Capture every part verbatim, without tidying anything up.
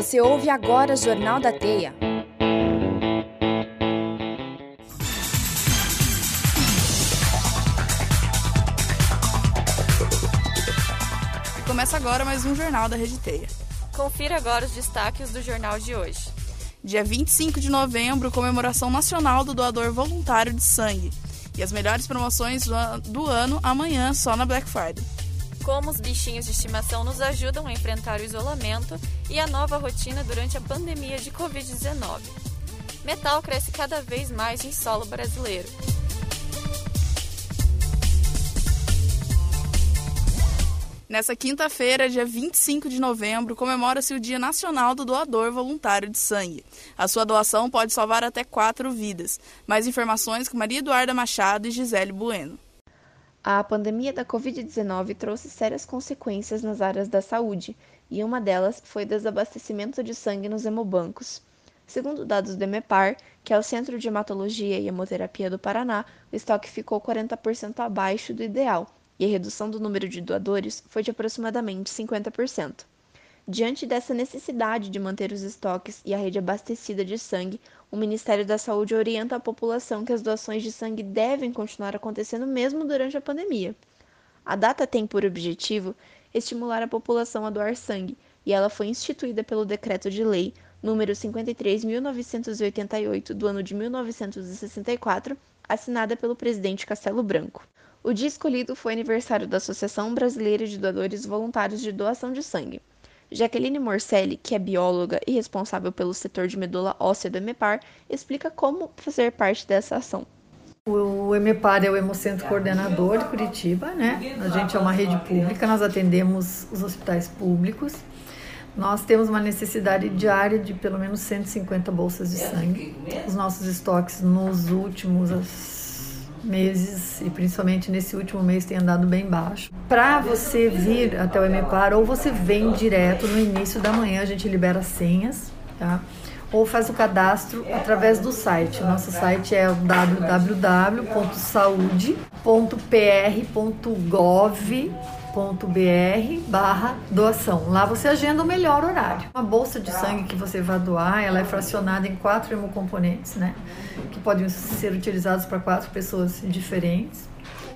Você ouve agora o Jornal da Teia. Começa agora mais um Jornal da Rede Teia. Confira agora os destaques do jornal de hoje. Dia vinte e cinco de novembro, comemoração nacional do doador voluntário de sangue. E as melhores promoções do ano amanhã, só na Black Friday. Como os bichinhos de estimação nos ajudam a enfrentar o isolamento e a nova rotina durante a pandemia de covid dezenove. Metal cresce cada vez mais em solo brasileiro. Nessa quinta-feira, dia vinte e cinco de novembro, comemora-se o Dia Nacional do Doador Voluntário de Sangue. A sua doação pode salvar até quatro vidas. Mais informações com Maria Eduarda Machado e Gisele Bueno. A pandemia da covid dezenove trouxe sérias consequências nas áreas da saúde, e uma delas foi o desabastecimento de sangue nos hemobancos. Segundo dados do EMEPAR, que é o Centro de Hematologia e Hemoterapia do Paraná, o estoque ficou quarenta por cento abaixo do ideal, e a redução do número de doadores foi de aproximadamente cinquenta por cento. Diante dessa necessidade de manter os estoques e a rede abastecida de sangue, o Ministério da Saúde orienta a população que as doações de sangue devem continuar acontecendo mesmo durante a pandemia. A data tem por objetivo estimular a população a doar sangue, e ela foi instituída pelo Decreto de Lei número cinquenta e três mil novecentos e oitenta e oito do ano de mil novecentos e sessenta e quatro, assinada pelo presidente Castelo Branco. O dia escolhido foi aniversário da Associação Brasileira de Doadores Voluntários de Doação de Sangue. Jaqueline Morcelli, que é bióloga e responsável pelo setor de medula óssea do EMEPAR, explica como fazer parte dessa ação. O EMEPAR é o Hemocentro Coordenador de Curitiba, né? A gente é uma rede pública, nós atendemos os hospitais públicos. Nós temos uma necessidade diária de pelo menos cento e cinquenta bolsas de sangue. Os nossos estoques nos últimos meses, e principalmente nesse último mês, tem andado bem baixo. Para você vir até o EMEPAR, ou você vem direto no início da manhã, a gente libera senhas, tá? Ou faz o cadastro através do site. O nosso site é o w w w ponto saude ponto p r ponto gov ponto b r barra doação. Lá você agenda o melhor horário. Uma bolsa de sangue que você vai doar, ela é fracionada em quatro hemocomponentes, né? Que podem ser utilizados para quatro pessoas diferentes.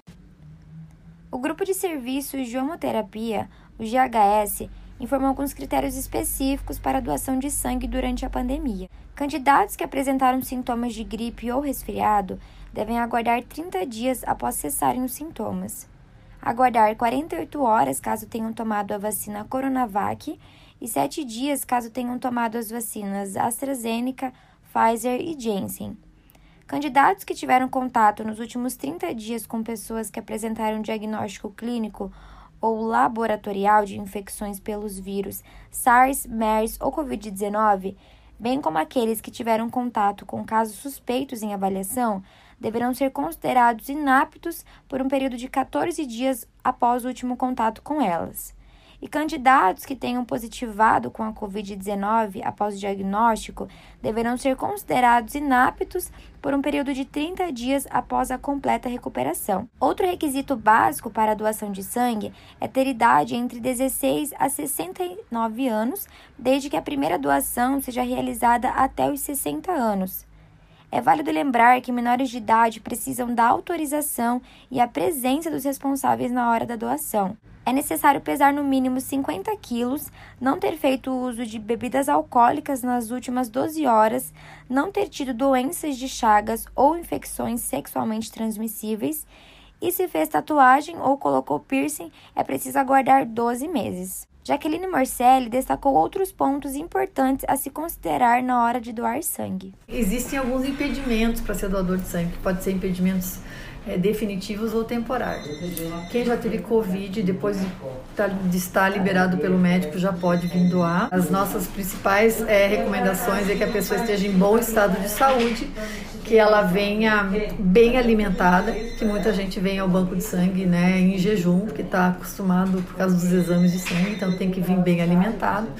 O Grupo de Serviços de Hemoterapia, o G H S, informou alguns critérios específicos para a doação de sangue durante a pandemia. Candidatos que apresentaram sintomas de gripe ou resfriado devem aguardar trinta dias após cessarem os sintomas. Aguardar quarenta e oito horas caso tenham tomado a vacina Coronavac e sete dias caso tenham tomado as vacinas AstraZeneca, Pfizer e Janssen. Candidatos que tiveram contato nos últimos trinta dias com pessoas que apresentaram diagnóstico clínico ou laboratorial de infecções pelos vírus SARS, MERS ou covid dezenove, bem como aqueles que tiveram contato com casos suspeitos em avaliação, deverão ser considerados inaptos por um período de quatorze dias após o último contato com elas. E candidatos que tenham positivado com a covid dezenove após o diagnóstico deverão ser considerados inaptos por um período de trinta dias após a completa recuperação. Outro requisito básico para a doação de sangue é ter idade entre dezesseis a sessenta e nove anos, desde que a primeira doação seja realizada até os sessenta anos. É válido lembrar que menores de idade precisam da autorização e a presença dos responsáveis na hora da doação. É necessário pesar no mínimo cinquenta quilos, não ter feito uso de bebidas alcoólicas nas últimas doze horas, não ter tido doenças de Chagas ou infecções sexualmente transmissíveis, e se fez tatuagem ou colocou piercing, é preciso aguardar doze meses. Jaqueline Morcelli destacou outros pontos importantes a se considerar na hora de doar sangue. Existem alguns impedimentos para ser doador de sangue, que podem ser impedimentos é, definitivos ou temporários. Quem já teve Covid, depois de estar liberado pelo médico, já pode vir doar. As nossas principais é, recomendações é que a pessoa esteja em bom estado de saúde, que ela venha bem alimentada, que muita gente vem ao banco de sangue, né, em jejum, porque está acostumado por causa dos exames de sangue, então tem que vir bem alimentado.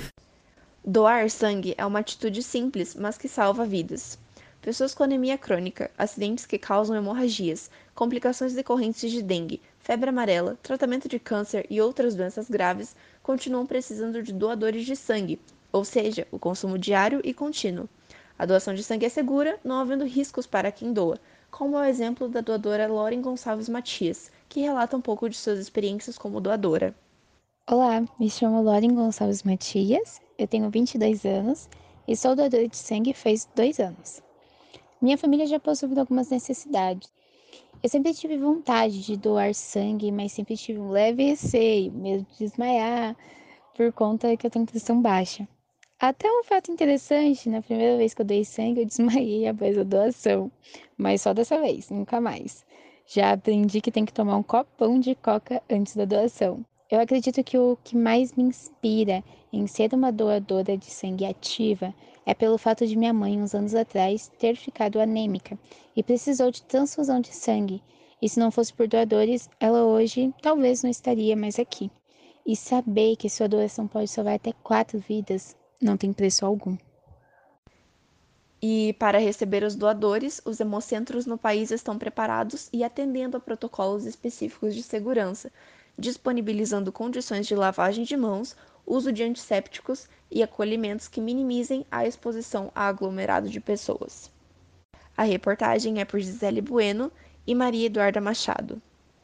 Doar sangue é uma atitude simples, mas que salva vidas. Pessoas com anemia crônica, acidentes que causam hemorragias, complicações decorrentes de dengue, febre amarela, tratamento de câncer e outras doenças graves continuam precisando de doadores de sangue, ou seja, o consumo diário e contínuo. A doação de sangue é segura, não havendo riscos para quem doa, como é o exemplo da doadora Lauren Gonçalves Matias, que relata um pouco de suas experiências como doadora. Olá, me chamo Lauren Gonçalves Matias, eu tenho vinte e dois anos e sou doadora de sangue faz dois anos. Minha família já passou por algumas necessidades. Eu sempre tive vontade de doar sangue, mas sempre tive um leve receio, medo de desmaiar, por conta que eu tenho pressão baixa. Até um fato interessante, na primeira vez que eu dei sangue, eu desmaiei após a doação, mas só dessa vez, nunca mais. Já aprendi que tem que tomar um copão de coca antes da doação. Eu acredito que o que mais me inspira em ser uma doadora de sangue ativa é pelo fato de minha mãe, uns anos atrás, ter ficado anêmica e precisou de transfusão de sangue. E se não fosse por doadores, ela hoje talvez não estaria mais aqui. E saber que sua doação pode salvar até quatro vidas não tem preço algum. E para receber os doadores, os hemocentros no país estão preparados e atendendo a protocolos específicos de segurança, disponibilizando condições de lavagem de mãos, uso de antissépticos e acolhimentos que minimizem a exposição a aglomerado de pessoas. A reportagem é por Gisele Bueno e Maria Eduarda Machado.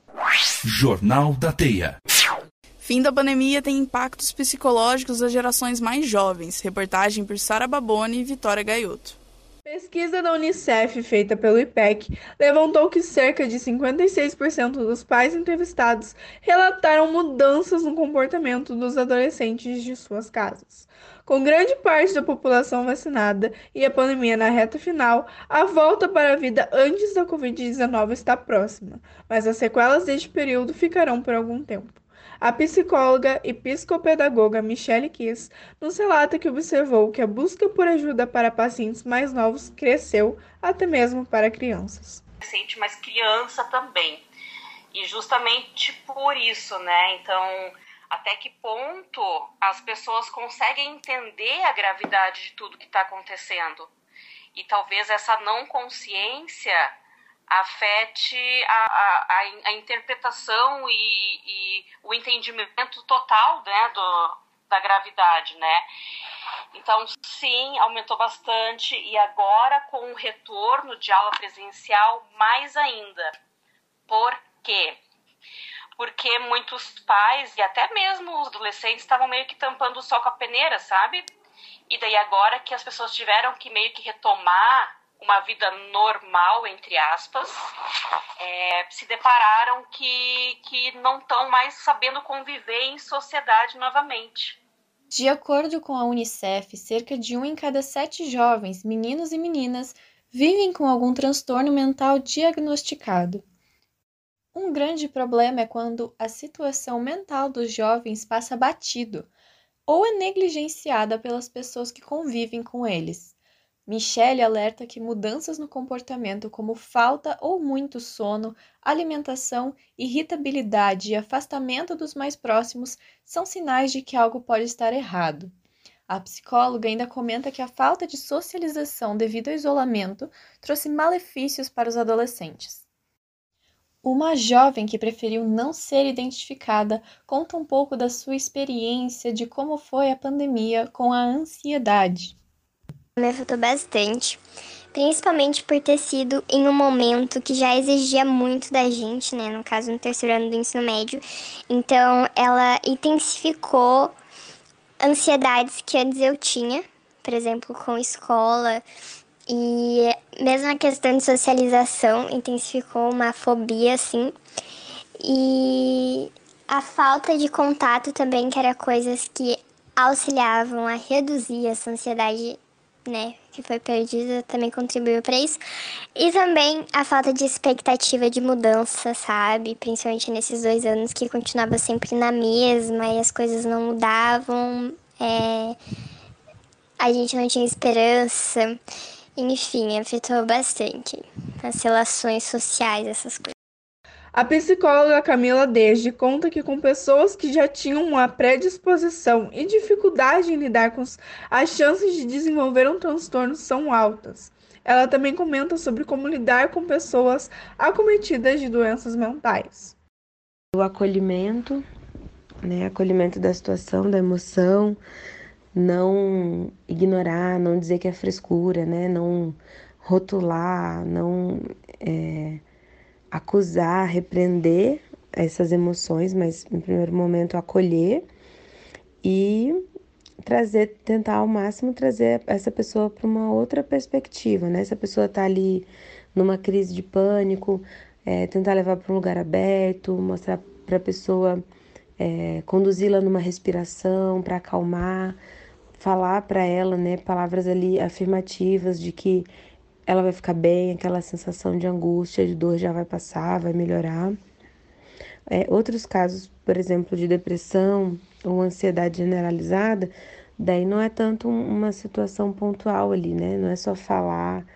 Jornal da Teia. Fim da pandemia tem impactos psicológicos das gerações mais jovens. Reportagem por Sara Baboni e Vitória Gaiotto. Pesquisa da Unicef, feita pelo I P E C, levantou que cerca de cinquenta e seis por cento dos pais entrevistados relataram mudanças no comportamento dos adolescentes de suas casas. Com grande parte da população vacinada e a pandemia na reta final, a volta para a vida antes da covid dezenove está próxima, mas as sequelas deste período ficarão por algum tempo. A psicóloga e psicopedagoga Michelle Kiss nos relata que observou que a busca por ajuda para pacientes mais novos cresceu, até mesmo para crianças. Mas criança também. E justamente por isso, né? Então, até que ponto as pessoas conseguem entender a gravidade de tudo que está acontecendo? E talvez essa não consciência afete a, a, a interpretação e, e o entendimento total, né, do, da gravidade, né? Então, sim, aumentou bastante e agora com o retorno de aula presencial, mais ainda. Por quê? Porque muitos pais e até mesmo os adolescentes estavam meio que tampando o sol com a peneira, sabe? E daí agora que as pessoas tiveram que meio que retomar uma vida normal, entre aspas, é, se depararam que, que não estão mais sabendo conviver em sociedade novamente. De acordo com a Unicef, cerca de um em cada sete jovens, meninos e meninas, vivem com algum transtorno mental diagnosticado. Um grande problema é quando a situação mental dos jovens passa batido ou é negligenciada pelas pessoas que convivem com eles. Michelle alerta que mudanças no comportamento como falta ou muito sono, alimentação, irritabilidade e afastamento dos mais próximos são sinais de que algo pode estar errado. A psicóloga ainda comenta que a falta de socialização devido ao isolamento trouxe malefícios para os adolescentes. Uma jovem que preferiu não ser identificada conta um pouco da sua experiência de como foi a pandemia com a ansiedade. Me afetou bastante, principalmente por ter sido em um momento que já exigia muito da gente, né, no caso no terceiro ano do ensino médio. Então ela intensificou ansiedades que antes eu tinha, por exemplo, com escola, e mesmo a questão de socialização intensificou uma fobia, assim, e a falta de contato também, que era coisas que auxiliavam a reduzir essa ansiedade, né, que foi perdida, também contribuiu para isso. E também a falta de expectativa de mudança, sabe? Principalmente nesses dois anos que continuava sempre na mesma e as coisas não mudavam, é... a gente não tinha esperança. Enfim, afetou bastante as relações sociais, essas coisas. A psicóloga Camila Desde conta que com pessoas que já tinham uma predisposição e dificuldade em lidar com as chances de desenvolver um transtorno são altas. Ela também comenta sobre como lidar com pessoas acometidas de doenças mentais. O acolhimento, né, acolhimento da situação, da emoção, não ignorar, não dizer que é frescura, né? Não rotular, não é, acusar, repreender essas emoções, mas em primeiro momento acolher e trazer, tentar ao máximo trazer essa pessoa para uma outra perspectiva, né? Se a pessoa está ali numa crise de pânico, é, tentar levar para um lugar aberto, mostrar para a pessoa, é, conduzi-la numa respiração para acalmar, falar para ela, né, palavras ali afirmativas de que ela vai ficar bem, aquela sensação de angústia, de dor já vai passar, vai melhorar. É, outros casos, por exemplo, de depressão ou ansiedade generalizada, daí não é tanto uma situação pontual ali, né? Não é só falar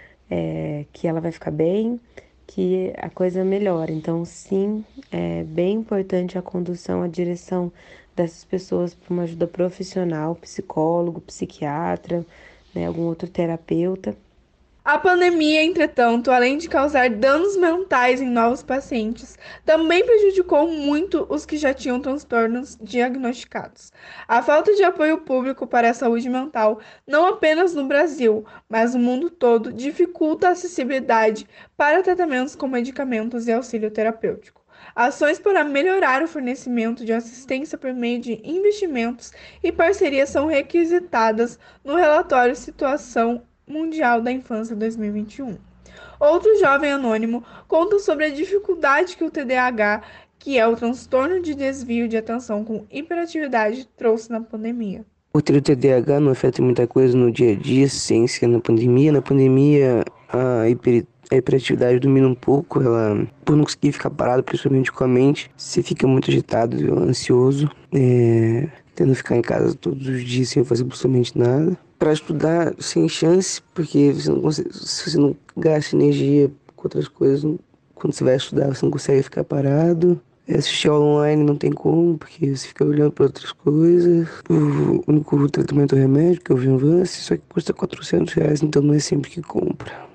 é, que ela vai ficar bem, que a coisa melhora. Então, sim, é bem importante a condução, a direção dessas pessoas para uma ajuda profissional, psicólogo, psiquiatra, né, algum outro terapeuta. A pandemia, entretanto, além de causar danos mentais em novos pacientes, também prejudicou muito os que já tinham transtornos diagnosticados. A falta de apoio público para a saúde mental, não apenas no Brasil, mas no mundo todo, dificulta a acessibilidade para tratamentos com medicamentos e auxílio terapêutico. Ações para melhorar o fornecimento de assistência por meio de investimentos e parcerias são requisitadas no relatório Situação Mundial da Infância dois mil e vinte e um. Outro jovem anônimo conta sobre a dificuldade que o T D A H, que é o transtorno de desvio de atenção com hiperatividade, trouxe na pandemia. Por ter o T D A H não afeta muita coisa no dia a dia, ciência na pandemia. Na pandemia a, hiper, a hiperatividade domina um pouco, ela, por não conseguir ficar parado, principalmente com a mente, você fica muito agitado, ansioso, é, tendo que ficar em casa todos os dias sem fazer absolutamente nada. Para estudar sem chance, porque você não consegue, se você não gasta energia com outras coisas, quando você vai estudar você não consegue ficar parado. Assistir aula online não tem como, porque você fica olhando para outras coisas. O único tratamento é o remédio, que é o Vinvance, só que custa quatrocentos reais, então não é sempre que compra.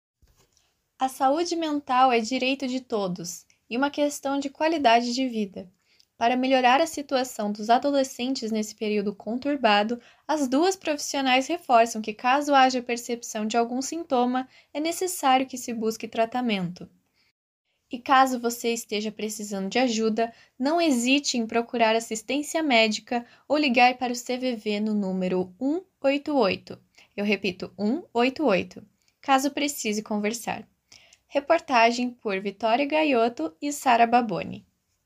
A saúde mental é direito de todos e uma questão de qualidade de vida. Para melhorar a situação dos adolescentes nesse período conturbado, as duas profissionais reforçam que, caso haja percepção de algum sintoma, é necessário que se busque tratamento. E caso você esteja precisando de ajuda, não hesite em procurar assistência médica ou ligar para o C V V no número um oito oito. Eu repito, um oito oito, caso precise conversar. Reportagem por Vitória Gaiotto e Sara Baboni.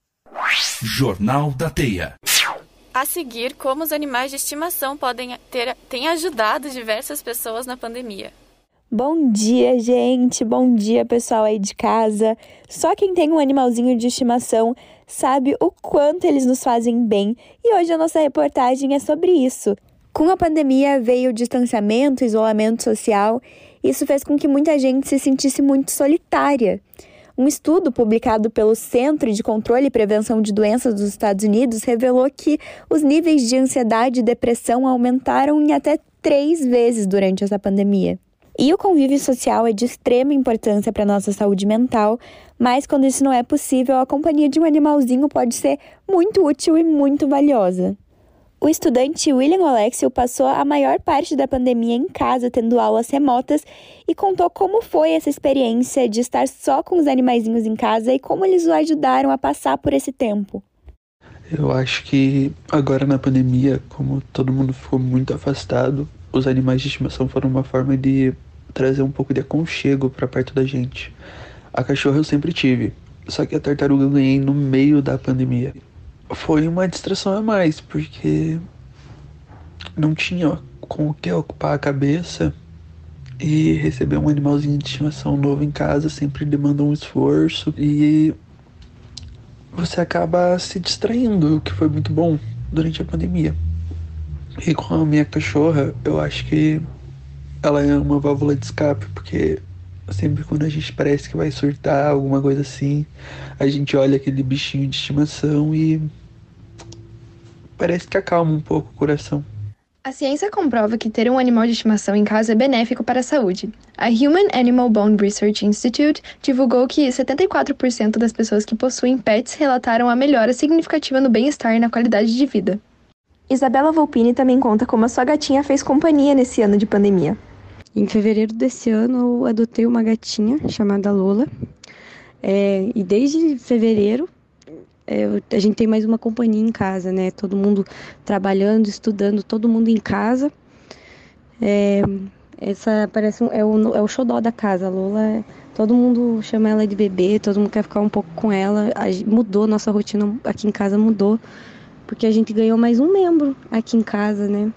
Jornal da Teia. A seguir, como os animais de estimação podem ter têm ajudado diversas pessoas na pandemia. Bom dia, gente! Bom dia, pessoal aí de casa! Só quem tem um animalzinho de estimação sabe o quanto eles nos fazem bem, e hoje a nossa reportagem é sobre isso. Com a pandemia veio o distanciamento, isolamento social, e isso fez com que muita gente se sentisse muito solitária. Um estudo publicado pelo Centro de Controle e Prevenção de Doenças dos Estados Unidos revelou que os níveis de ansiedade e depressão aumentaram em até três vezes durante essa pandemia. E o convívio social é de extrema importância para a nossa saúde mental, mas quando isso não é possível, a companhia de um animalzinho pode ser muito útil e muito valiosa. O estudante William Alexio passou a maior parte da pandemia em casa, tendo aulas remotas, e contou como foi essa experiência de estar só com os animaizinhos em casa e como eles o ajudaram a passar por esse tempo. Eu acho que agora na pandemia, como todo mundo ficou muito afastado, os animais de estimação foram uma forma de trazer um pouco de aconchego para perto da gente. A cachorra eu sempre tive, só que a tartaruga eu ganhei no meio da pandemia. Foi uma distração a mais, porque não tinha com o que ocupar a cabeça, e receber um animalzinho de estimação novo em casa sempre demanda um esforço e você acaba se distraindo, o que foi muito bom durante a pandemia. E com a minha cachorra, eu acho que ela é uma válvula de escape, porque sempre quando a gente parece que vai surtar, alguma coisa assim, a gente olha aquele bichinho de estimação e parece que acalma um pouco o coração. A ciência comprova que ter um animal de estimação em casa é benéfico para a saúde. A Human Animal Bone Research Institute divulgou que setenta e quatro por cento das pessoas que possuem pets relataram a melhora significativa no bem-estar e na qualidade de vida. Isabela Volpini também conta como a sua gatinha fez companhia nesse ano de pandemia. Em fevereiro desse ano, eu adotei uma gatinha chamada Lola. É, e desde fevereiro, é, a gente tem mais uma companhia em casa, né? Todo mundo trabalhando, estudando, todo mundo em casa. É, essa parece um, é, o, é o xodó da casa. A Lola, todo mundo chama ela de bebê, todo mundo quer ficar um pouco com ela. A, mudou, nossa rotina aqui em casa mudou, porque a gente ganhou mais um membro aqui em casa, né?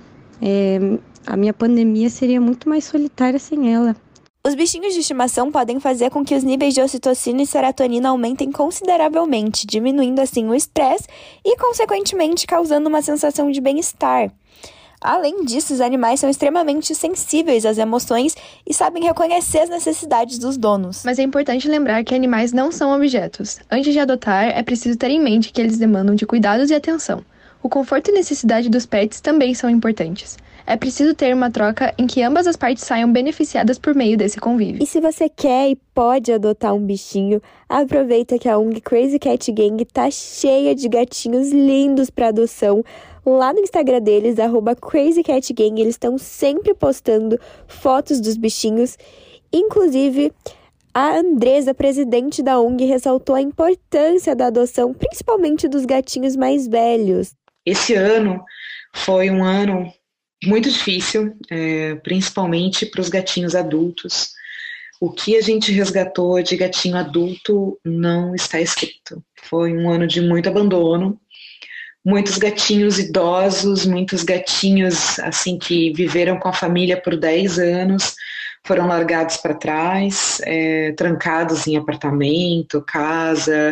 É, a minha pandemia seria muito mais solitária sem ela. Os bichinhos de estimação podem fazer com que os níveis de ocitocina e serotonina aumentem consideravelmente, diminuindo assim o estresse e, consequentemente, causando uma sensação de bem-estar. Além disso, os animais são extremamente sensíveis às emoções e sabem reconhecer as necessidades dos donos. Mas é importante lembrar que animais não são objetos. Antes de adotar, é preciso ter em mente que eles demandam de cuidados e atenção. O conforto e necessidade dos pets também são importantes. É preciso ter uma troca em que ambas as partes saiam beneficiadas por meio desse convívio. E se você quer e pode adotar um bichinho, aproveita que a O N G Crazy Cat Gang tá cheia de gatinhos lindos para adoção. Lá no Instagram deles, arroba Crazy Cat Gang, eles estão sempre postando fotos dos bichinhos. Inclusive, a Andresa, presidente da O N G, ressaltou a importância da adoção, principalmente dos gatinhos mais velhos. Esse ano foi um ano muito difícil, é, principalmente para os gatinhos adultos. O que a gente resgatou de gatinho adulto não está escrito. Foi um ano de muito abandono, muitos gatinhos idosos, muitos gatinhos assim que viveram com a família por dez anos, foram largados para trás, é, trancados em apartamento, casa,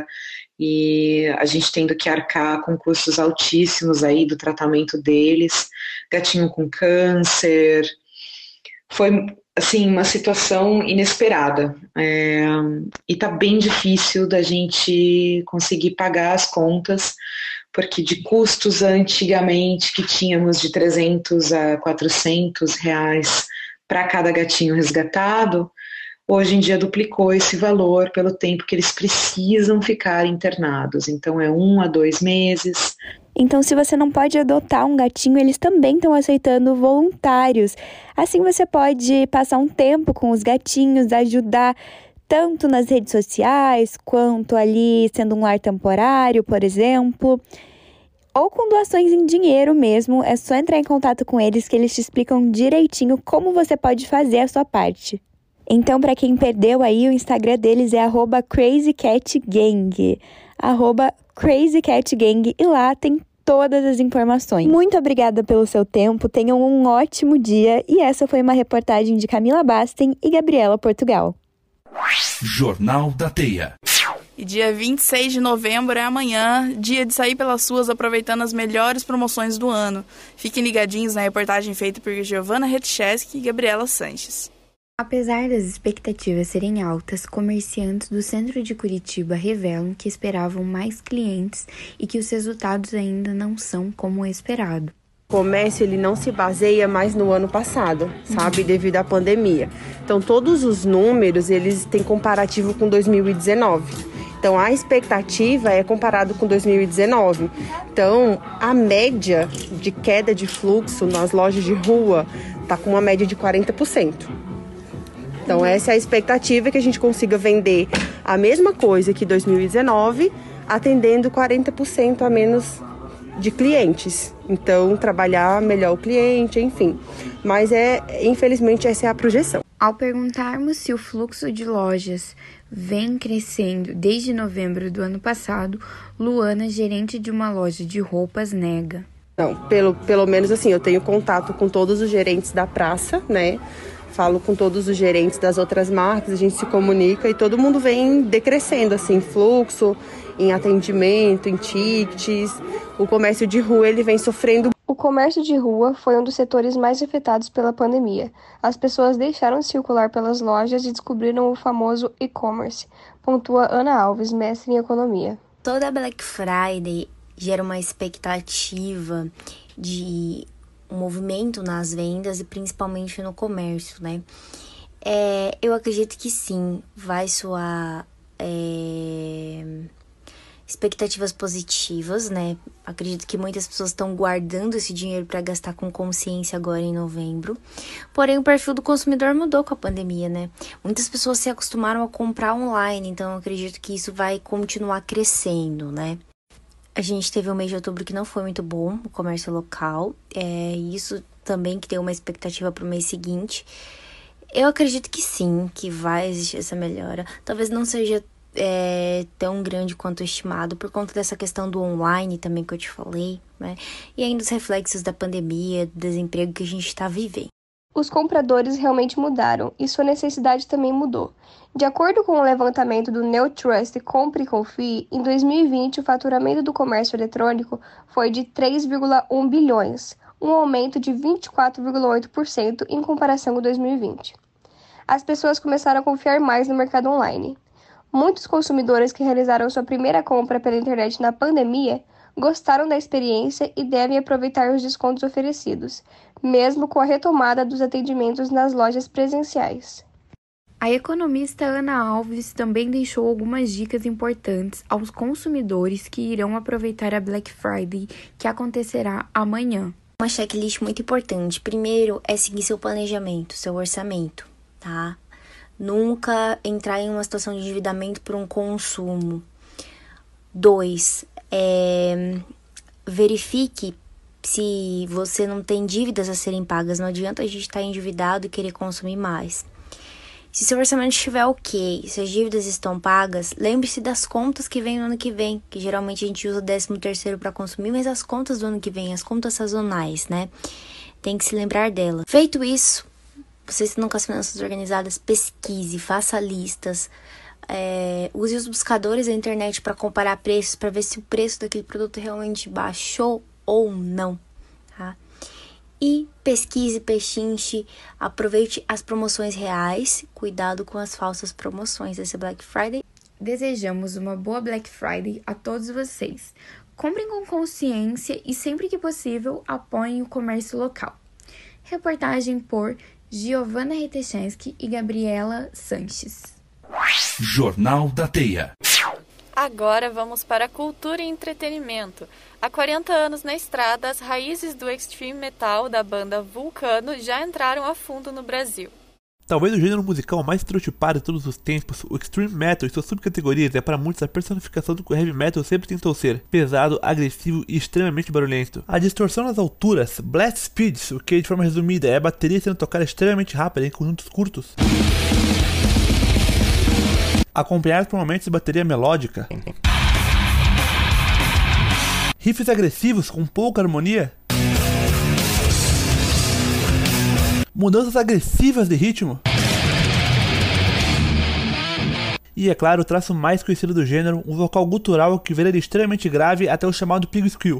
e a gente tendo que arcar com custos altíssimos aí do tratamento deles, gatinho com câncer. Foi, assim, uma situação inesperada, é, e tá bem difícil da gente conseguir pagar as contas, porque de custos antigamente que tínhamos de trezentos a quatrocentos reais para cada gatinho resgatado, hoje em dia duplicou esse valor pelo tempo que eles precisam ficar internados. Então é um a dois meses. Então, se você não pode adotar um gatinho, eles também estão aceitando voluntários. Assim você pode passar um tempo com os gatinhos, ajudar tanto nas redes sociais, quanto ali sendo um lar temporário, por exemplo. Ou com doações em dinheiro mesmo, é só entrar em contato com eles que eles te explicam direitinho como você pode fazer a sua parte. Então, para quem perdeu aí, o Instagram deles é arroba Crazy Cat Gang, arroba Crazy Cat Gang, e lá tem todas as informações. Muito obrigada pelo seu tempo, tenham um ótimo dia, e essa foi uma reportagem de Camila Basten e Gabriela Portugal. Jornal da Teia. E dia vinte e seis de novembro é amanhã, dia de sair pelas ruas aproveitando as melhores promoções do ano. Fiquem ligadinhos na reportagem feita por Giovanna Retcheski e Gabriela Sanches. Apesar das expectativas serem altas, comerciantes do centro de Curitiba revelam que esperavam mais clientes e que os resultados ainda não são como esperado. O comércio ele não se baseia mais no ano passado, sabe, devido à pandemia. Então todos os números eles têm comparativo com dois mil e dezenove. Então a expectativa é comparado com dois mil e dezenove. Então a média de queda de fluxo nas lojas de rua está com uma média de quarenta por cento. Então essa é a expectativa, que a gente consiga vender a mesma coisa que dois mil e dezenove, atendendo quarenta por cento a menos de clientes. Então trabalhar melhor o cliente, enfim. Mas é, infelizmente essa é a projeção. Ao perguntarmos se o fluxo de lojas vem crescendo desde novembro do ano passado, Luana, gerente de uma loja de roupas, nega. Não, pelo, pelo menos assim, eu tenho contato com todos os gerentes da praça, né? Falo com todos os gerentes das outras marcas, a gente se comunica e todo mundo vem decrescendo, assim, fluxo, em atendimento, em tickets. O comércio de rua, ele vem sofrendo. O comércio de rua foi um dos setores mais afetados pela pandemia. As pessoas deixaram de circular pelas lojas e descobriram o famoso e-commerce, pontua Ana Alves, mestre em economia. Toda Black Friday gera uma expectativa de um movimento nas vendas e principalmente no comércio, né? É, eu acredito que sim, vai soar é, expectativas positivas, né? Acredito que muitas pessoas estão guardando esse dinheiro para gastar com consciência agora em novembro. Porém, o perfil do consumidor mudou com a pandemia, né? Muitas pessoas se acostumaram a comprar online, então eu acredito que isso vai continuar crescendo, né? A gente teve um mês de outubro que não foi muito bom, o comércio local. É isso também que tem uma expectativa para o mês seguinte. Eu acredito que sim, que vai existir essa melhora. Talvez não seja é, tão grande quanto estimado, por conta dessa questão do online também que eu te falei, né? E ainda os reflexos da pandemia, do desemprego que a gente está vivendo. Os compradores realmente mudaram e sua necessidade também mudou. De acordo com o levantamento do Neotrust Compre e Confie, em dois mil e vinte o faturamento do comércio eletrônico foi de três vírgula um bilhões, um aumento de vinte e quatro vírgula oito por cento em comparação com dois mil e vinte. As pessoas começaram a confiar mais no mercado online. Muitos consumidores que realizaram sua primeira compra pela internet na pandemia gostaram da experiência e devem aproveitar os descontos oferecidos, mesmo com a retomada dos atendimentos nas lojas presenciais. A economista Ana Alves também deixou algumas dicas importantes aos consumidores que irão aproveitar a Black Friday, que acontecerá amanhã. Uma checklist muito importante. Primeiro é seguir seu planejamento, seu orçamento, tá? Nunca entrar em uma situação de endividamento por um consumo. Dois, é... verifique se você não tem dívidas a serem pagas. Não adianta a gente estar endividado e querer consumir mais. Se seu orçamento estiver ok, se as dívidas estão pagas, lembre-se das contas que vêm no ano que vem, que geralmente a gente usa o décimo terceiro para consumir, mas as contas do ano que vem, as contas sazonais, né? Tem que se lembrar dela. Feito isso, vocês estão com as finanças organizadas, pesquise, faça listas, é, use os buscadores da internet para comparar preços, para ver se o preço daquele produto realmente baixou ou não, tá? E pesquise, pechinche, aproveite as promoções reais, cuidado com as falsas promoções desse Black Friday. Desejamos uma boa Black Friday a todos vocês. Comprem com consciência e, sempre que possível, apoiem o comércio local. Reportagem por Giovanna Retechensky e Gabriela Sanches. Jornal da Teia. Agora vamos para cultura e entretenimento. Há quarenta anos na estrada, as raízes do extreme metal da banda Vulcano já entraram a fundo no Brasil. Talvez o gênero musical mais estereotipado de todos os tempos, o extreme metal e suas subcategorias é para muitos a personificação do que o heavy metal sempre tentou ser: pesado, agressivo e extremamente barulhento. A distorção nas alturas, blast speeds, o que de forma resumida é a bateria sendo tocada extremamente rápida em conjuntos curtos, acompanhados por momentos de bateria melódica, riffs agressivos com pouca harmonia, mudanças agressivas de ritmo e, é claro, o traço mais conhecido do gênero, um vocal gutural que varia de extremamente grave até o chamado pig squeal.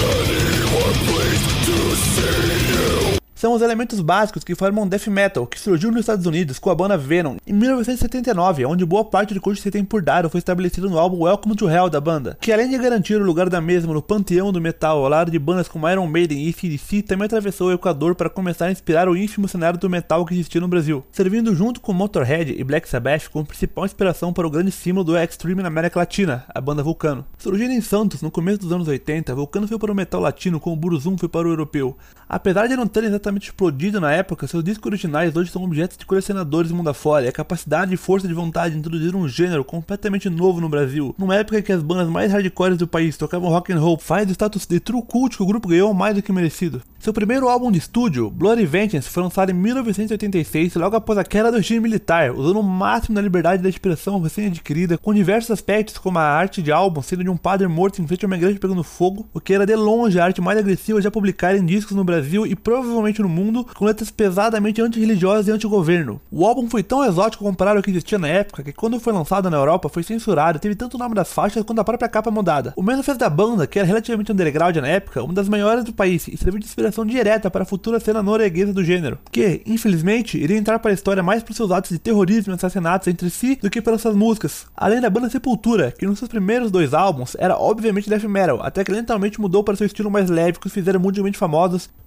São os elementos básicos que formam o death metal, que surgiu nos Estados Unidos com a banda Venom em mil novecentos e setenta e nove, onde boa parte do curso que se tem por dar foi estabelecido no álbum Welcome to Hell da banda, que além de garantir o lugar da mesma no panteão do metal ao lado de bandas como Iron Maiden e A C D C, também atravessou o Equador para começar a inspirar o ínfimo cenário do metal que existia no Brasil, servindo junto com Motorhead e Black Sabbath como principal inspiração para o grande símbolo do extreme na América Latina, a banda Vulcano. Surgindo em Santos no começo dos anos oitenta, Vulcano foi para o metal latino como o Burzum foi para o europeu. Apesar de não terem exatamente explodido na época, seus discos originais hoje são objetos de colecionadores mundo afora, e a capacidade e força de vontade de introduzir um gênero completamente novo no Brasil, numa época em que as bandas mais hardcores do país tocavam rock and roll, faz o status de true cult que o grupo ganhou mais do que merecido. Seu primeiro álbum de estúdio, Bloody Vengeance, foi lançado em mil novecentos e oitenta e seis, logo após a queda do regime militar, usando o máximo da liberdade da expressão recém-adquirida, com diversos aspectos como a arte de álbum sendo de um padre morto em frente a uma igreja pegando fogo, o que era de longe a arte mais agressiva já publicada em discos no Brasil e provavelmente no mundo, com letras pesadamente antirreligiosas e anti-governo. O álbum foi tão exótico comparado ao que existia na época, que quando foi lançado na Europa foi censurado e teve tanto o nome das faixas quanto a própria capa mudada. O mesmo fez da banda, que era relativamente underground na época, uma das maiores do país, e serviu de inspiração direta para a futura cena norueguesa do gênero, que, infelizmente, iria entrar para a história mais por seus atos de terrorismo e assassinatos entre si do que pelas suas músicas. Além da banda Sepultura, que nos seus primeiros dois álbuns era obviamente death metal, até que lentamente mudou para seu estilo mais leve, que os fizeram mundialmente famosos,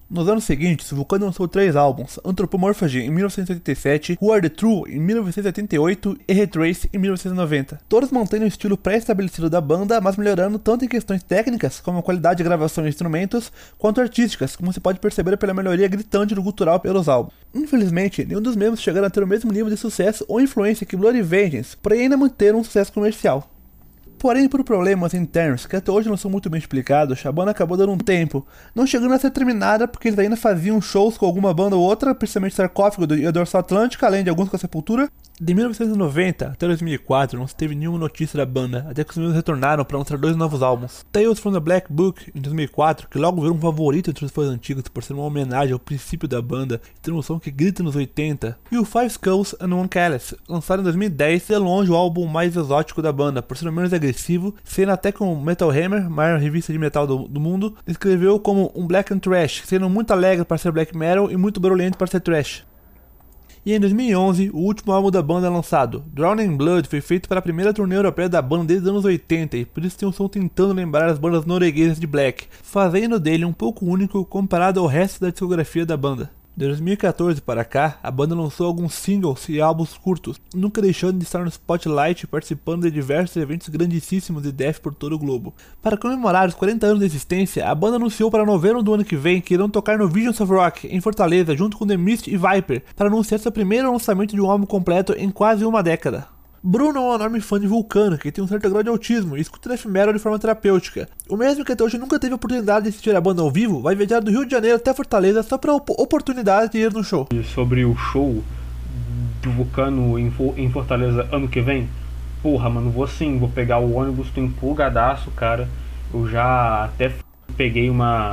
Nos anos seguintes, Vulcano lançou três álbuns, Anthropomorphagy em mil novecentos e oitenta e sete, Who Are The True em mil novecentos e oitenta e oito e Retrace em mil novecentos e noventa. Todos mantendo o estilo pré-estabelecido da banda, mas melhorando tanto em questões técnicas, como a qualidade de gravação e instrumentos, quanto artísticas, como se pode perceber pela melhoria gritante do gutural pelos álbuns. Infelizmente, nenhum dos membros chegaram a ter o mesmo nível de sucesso ou influência que Blood Vengeance, porém ainda manteram um sucesso comercial. Porém, por problemas internos que até hoje não são muito bem explicados, a banda acabou dando um tempo, não chegando a ser terminada porque eles ainda faziam shows com alguma banda ou outra, principalmente Sarcófago e a Dorsal Atlântica, além de alguns com a Sepultura. De mil novecentos e noventa até dois mil e quatro não se teve nenhuma notícia da banda, até que os membros retornaram para lançar dois novos álbuns. Tales from the Black Book, em dois mil e quatro, que logo virou um favorito entre os fãs antigos por ser uma homenagem ao princípio da banda e ter um som que grita nos oitenta, e o Five Skulls and One Callous, lançado em dois mil e dez, é longe o álbum mais exótico da banda, por ser menos agressivo, sendo até com Metal Hammer, maior revista de metal do, do mundo, descreveu como um black and trash, sendo muito alegre para ser black metal e muito barulhento para ser trash. E em dois mil e onze, o último álbum da banda é lançado. Drowning Blood foi feito para a primeira turnê europeia da banda desde os anos oitenta e por isso tem um som tentando lembrar as bandas norueguesas de black, fazendo dele um pouco único comparado ao resto da discografia da banda. De dois mil e quatorze para cá, a banda lançou alguns singles e álbuns curtos, nunca deixando de estar no spotlight e participando de diversos eventos grandíssimos de death por todo o globo. Para comemorar os quarenta anos de existência, a banda anunciou para novembro do ano que vem que irão tocar no Visions of Rock, em Fortaleza, junto com The Mist e Viper, para anunciar seu primeiro lançamento de um álbum completo em quase uma década. Bruno é um enorme fã de Vulcano, que tem um certo grau de autismo e escuta death metal de forma terapêutica. O mesmo que até hoje nunca teve a oportunidade de assistir a banda ao vivo, vai viajar do Rio de Janeiro até Fortaleza só para a op- oportunidade de ir no show. Sobre o show do Vulcano em, For- em Fortaleza ano que vem, porra, mano, vou sim, vou pegar o ônibus, tô empolgadaço, cara. Eu já até peguei uma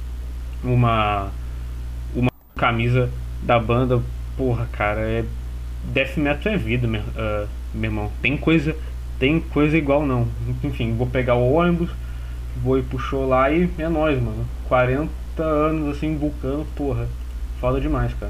uma uma camisa da banda, porra, cara, é death metal é vida, meu, uh, meu irmão. Tem coisa, tem coisa igual não. Enfim, vou pegar o ônibus, vou ir pro show lá e é nóis, mano. quarenta anos assim, Vulcano, porra. Foda demais, cara.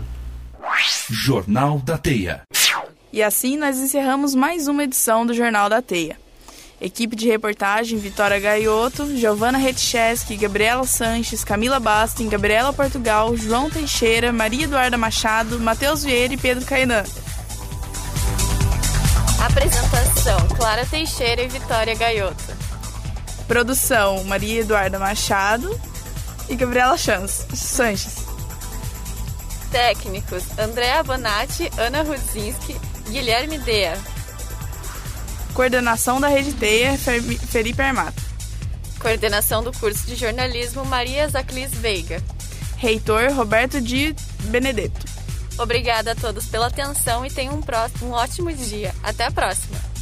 Jornal da Teia. E assim nós encerramos mais uma edição do Jornal da Teia. Equipe de reportagem: Vitória Gaiotto, Giovanna Retcheski, Gabriela Sanches, Camila Bastin, Gabriela Portugal, João Teixeira, Maria Eduarda Machado, Matheus Vieira e Pedro Cainã. Apresentação: Clara Teixeira e Vitória Gaiotto. Produção: Maria Eduarda Machado e Gabriela Sanches. Técnicos: Andréa Bonatti, Ana Rudzinski, Guilherme Dea. Coordenação da Rede Teia, Felipe Armato. Coordenação do curso de jornalismo, Maria Zaclis Veiga. Reitor, Roberto Di Benedetto. Obrigada a todos pela atenção e tenham um, próximo, um ótimo dia. Até a próxima!